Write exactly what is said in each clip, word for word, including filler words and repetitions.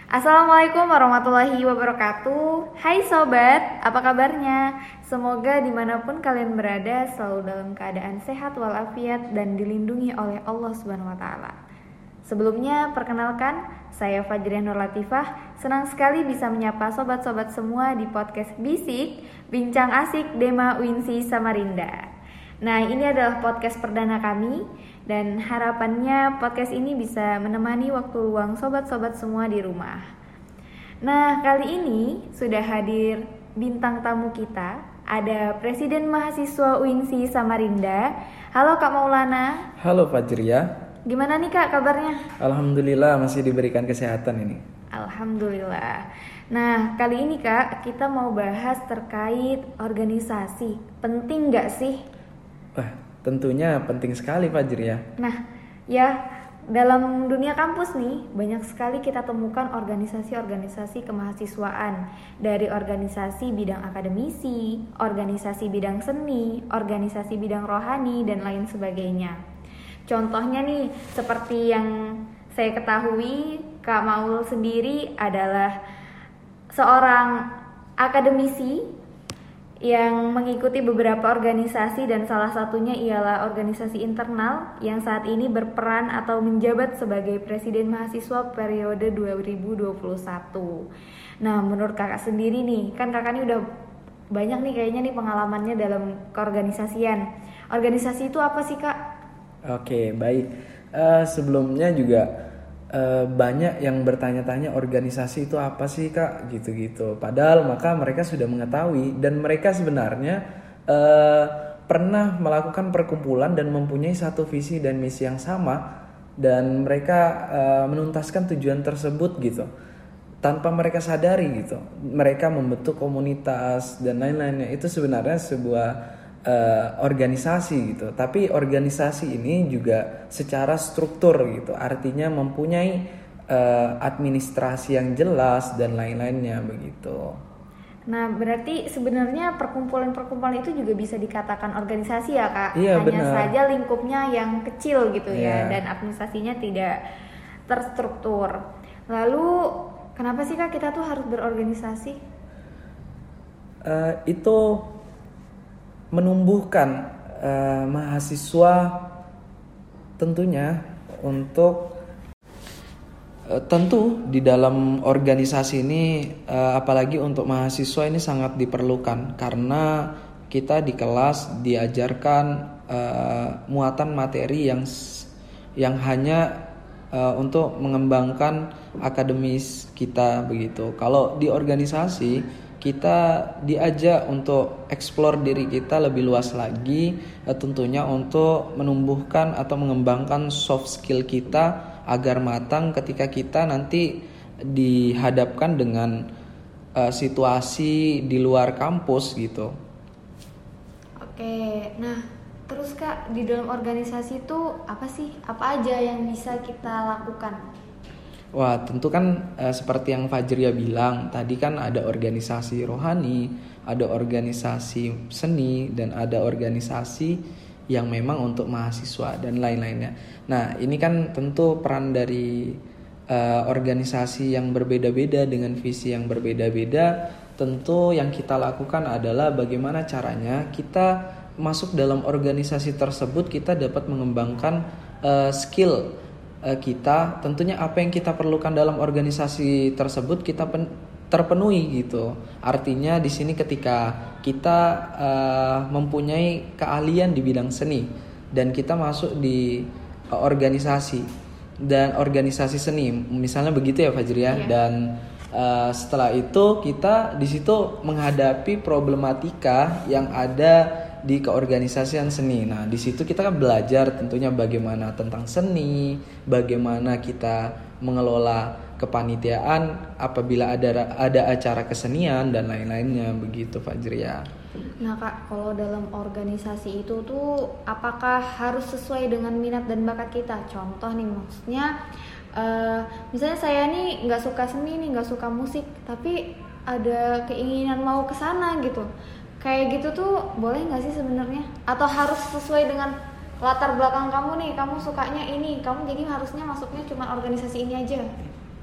Assalamualaikum warahmatullahi wabarakatuh. Hai sobat, apa kabarnya? Semoga dimanapun kalian berada selalu dalam keadaan sehat walafiat dan dilindungi oleh Allah Subhanahu Wa Taala. Sebelumnya perkenalkan, saya Fajriah Nur Latifah. Senang sekali bisa menyapa sobat-sobat semua di podcast Bisik Bincang Asik Dema Winsi Samarinda. Nah, ini adalah podcast perdana kami dan harapannya podcast ini bisa menemani waktu luang sobat-sobat semua di rumah. Nah, kali ini sudah hadir bintang tamu kita, ada Presiden Mahasiswa U I N S I Samarinda. Halo Kak Maulana. Halo Fajriah. Gimana nih Kak kabarnya? Alhamdulillah masih diberikan kesehatan ini. Alhamdulillah. Nah, kali ini Kak, kita mau bahas terkait organisasi. Penting gak sih? Wah, tentunya penting sekali Fajriah. Nah, ya dalam dunia kampus nih banyak sekali kita temukan organisasi-organisasi kemahasiswaan, dari organisasi bidang akademisi, organisasi bidang seni, organisasi bidang rohani dan lain sebagainya. Contohnya nih seperti yang saya ketahui, Kak Maul sendiri adalah seorang akademisi yang mengikuti beberapa organisasi dan salah satunya ialah organisasi internal yang saat ini berperan atau menjabat sebagai Presiden Mahasiswa periode dua ribu dua puluh satu. Nah, menurut kakak sendiri nih, kan kakak ini udah banyak nih kayaknya nih pengalamannya dalam keorganisasian. Organisasi itu apa sih Kak? Oke, baik. Uh, sebelumnya juga uh, banyak yang bertanya-tanya organisasi itu apa sih Kak, gitu-gitu. Padahal maka mereka sudah mengetahui dan mereka sebenarnya uh, pernah melakukan perkumpulan dan mempunyai satu visi dan misi yang sama, dan mereka uh, menuntaskan tujuan tersebut gitu. Tanpa mereka sadari gitu, mereka membentuk komunitas dan lain-lainnya. Itu sebenarnya sebuah Uh, organisasi gitu. Tapi organisasi ini juga secara struktur gitu, artinya mempunyai uh, administrasi yang jelas dan lain-lainnya begitu. Nah, berarti sebenarnya perkumpulan-perkumpulan itu juga bisa dikatakan organisasi ya Kak? Iya, hanya benar. saja lingkupnya yang kecil gitu Iya. ya, dan administrasinya tidak terstruktur. Lalu kenapa sih Kak kita tuh harus berorganisasi? Uh, itu menumbuhkan uh, mahasiswa tentunya untuk uh, tentu di dalam organisasi ini uh, apalagi untuk mahasiswa ini sangat diperlukan, karena kita di kelas diajarkan uh, muatan materi yang yang hanya uh, untuk mengembangkan akademis kita begitu. Kalau di organisasi kita diajak untuk eksplor diri kita lebih luas lagi, tentunya untuk menumbuhkan atau mengembangkan soft skill kita agar matang ketika kita nanti dihadapkan dengan uh, situasi di luar kampus gitu. Oke, nah terus Kak, di dalam organisasi itu apa sih, apa aja yang bisa kita lakukan? Wah, tentu kan eh, seperti yang Fajriah bilang tadi, kan ada organisasi rohani, ada organisasi seni, dan ada organisasi yang memang untuk mahasiswa dan lain-lainnya. Nah, ini kan tentu peran dari eh, organisasi yang berbeda-beda dengan visi yang berbeda-beda. Tentu yang kita lakukan adalah bagaimana caranya kita masuk dalam organisasi tersebut, kita dapat mengembangkan eh, skill kita. Tentunya apa yang kita perlukan dalam organisasi tersebut kita pen, terpenuhi gitu. Artinya di sini ketika kita uh, mempunyai keahlian di bidang seni dan kita masuk di uh, organisasi dan organisasi seni, misalnya begitu ya Fajriah. Iya. Dan uh, setelah itu kita di situ menghadapi problematika yang ada di keorganisasian seni. Nah, di situ kita kan belajar tentunya bagaimana tentang seni, bagaimana kita mengelola kepanitiaan apabila ada ada acara kesenian dan lain-lainnya begitu Fajriah. Nah Kak, kalau dalam organisasi itu tuh apakah harus sesuai dengan minat dan bakat kita? Contoh nih, maksudnya uh, misalnya saya nih nggak suka seni nih, nggak suka musik, tapi ada keinginan mau ke sana gitu. Kayak gitu tuh boleh nggak sih sebenarnya? Atau harus sesuai dengan latar belakang kamu nih, kamu sukanya ini, kamu jadi harusnya masuknya cuma organisasi ini aja?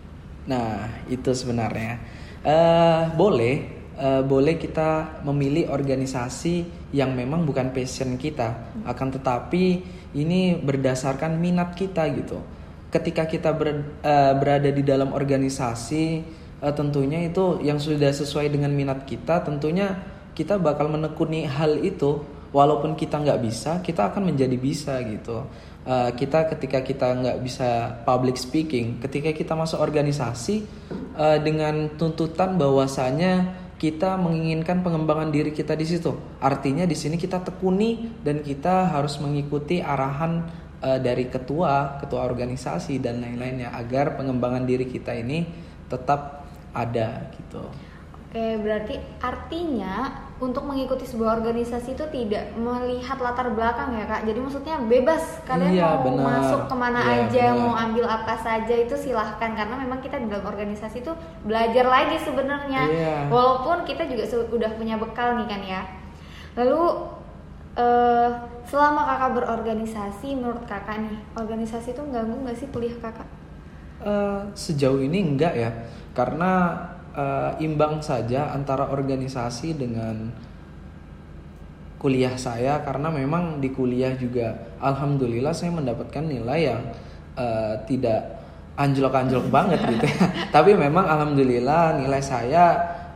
Nah, itu sebenarnya uh, boleh. Uh, boleh kita memilih organisasi yang memang bukan passion kita, akan tetapi ini berdasarkan minat kita gitu. Ketika kita ber, uh, berada di dalam organisasi, uh, tentunya itu yang sudah sesuai dengan minat kita, tentunya kita bakal menekuni hal itu. Walaupun kita nggak bisa, kita akan menjadi bisa gitu. Uh, kita ketika kita nggak bisa public speaking, ketika kita masuk organisasi uh, dengan tuntutan bahwasanya kita menginginkan pengembangan diri kita di situ. Artinya di sini kita tekuni dan kita harus mengikuti arahan uh, dari ketua, ketua organisasi dan lain-lainnya agar pengembangan diri kita ini tetap ada gitu. Oke, berarti artinya untuk mengikuti sebuah organisasi itu tidak melihat latar belakang ya Kak. Jadi maksudnya bebas, kalian iya, mau benar. masuk kemana iya, aja, benar. mau ambil apa saja itu silahkan. Karena memang kita di dalam organisasi itu belajar lagi sebenarnya. Iya. Walaupun kita juga sudah punya bekal nih kan ya. Lalu uh, selama Kakak berorganisasi, menurut Kakak nih, organisasi itu ganggu nggak sih kuliah Kakak? Uh, sejauh ini enggak ya, karena Uh, imbang saja antara organisasi dengan kuliah saya, karena memang di kuliah juga alhamdulillah saya mendapatkan nilai yang uh, tidak anjlok-anjlok banget gitu ya. Tapi memang alhamdulillah nilai saya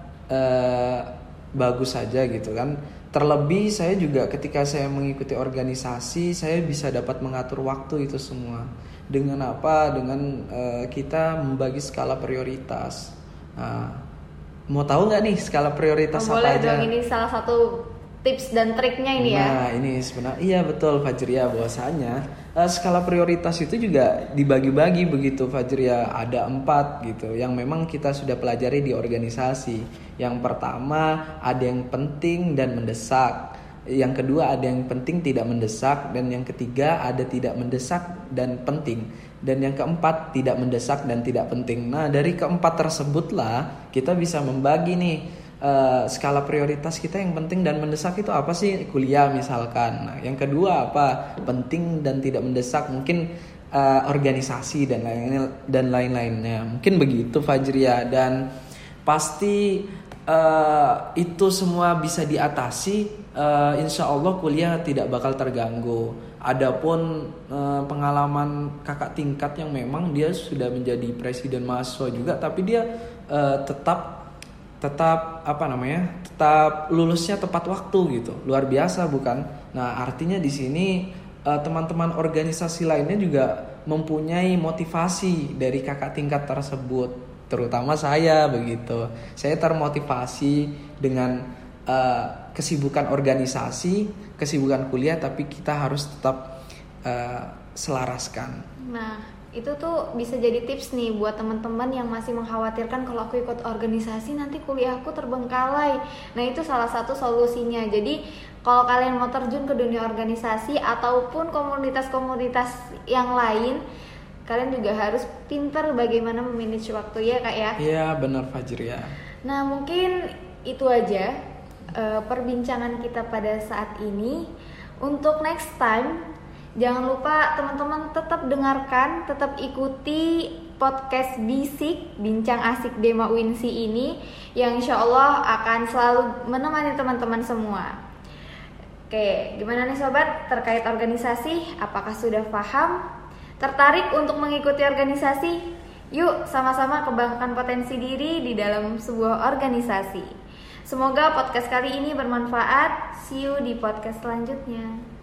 uh, bagus saja gitu kan. Terlebih saya juga ketika saya mengikuti organisasi, saya bisa dapat mengatur waktu itu semua. Dengan apa? Dengan uh, kita membagi skala prioritas. Nah, mau tahu nggak nih skala prioritas oh, apa boleh aja? Dong, ini salah satu tips dan triknya ini nah, ya. Nah ini sebenarnya iya betul Fajria, bahwasanya uh, skala prioritas itu juga dibagi-bagi begitu Fajria, ada empat gitu yang memang kita sudah pelajari di organisasi. Yang pertama ada yang penting dan mendesak. Yang kedua ada yang penting tidak mendesak, dan yang ketiga ada tidak mendesak dan penting, dan yang keempat tidak mendesak dan tidak penting. Nah dari keempat tersebutlah kita bisa membagi nih uh, skala prioritas kita. Yang penting dan mendesak itu apa sih? Kuliah misalkan. Nah yang kedua apa? Penting dan tidak mendesak mungkin uh, organisasi dan lain dan lain-lainnya. Mungkin begitu Fajria, dan pasti uh, itu semua bisa diatasi. Uh, insya Allah kuliah tidak bakal terganggu. Adapun uh, pengalaman kakak tingkat yang memang dia sudah menjadi presiden mahasiswa juga, tapi dia uh, tetap tetap apa namanya tetap lulusnya tepat waktu gitu, luar biasa bukan? Nah artinya di sini uh, teman-teman organisasi lainnya juga mempunyai motivasi dari kakak tingkat tersebut, terutama saya begitu. Saya termotivasi dengan uh, kesibukan organisasi, kesibukan kuliah, tapi kita harus tetap uh, selaraskan. Nah, itu tuh bisa jadi tips nih buat teman-teman yang masih mengkhawatirkan kalau aku ikut organisasi nanti kuliahku terbengkalai. Nah, itu salah satu solusinya. Jadi, kalau kalian mau terjun ke dunia organisasi ataupun komunitas-komunitas yang lain, kalian juga harus pintar bagaimana memanage waktu ya, Kak ya? Iya, benar Fajria. Nah, mungkin itu aja Uh, perbincangan kita pada saat ini. Untuk next time, jangan lupa teman-teman tetap dengarkan, tetap ikuti podcast Bisik, Bincang Asik Dema Winsi ini, yang insya Allah akan selalu menemani teman-teman semua. Oke, gimana nih sobat terkait organisasi? Apakah sudah paham? Tertarik untuk mengikuti organisasi? Yuk sama-sama kembangkan potensi diri di dalam sebuah organisasi. Semoga podcast kali ini bermanfaat. See you di podcast selanjutnya.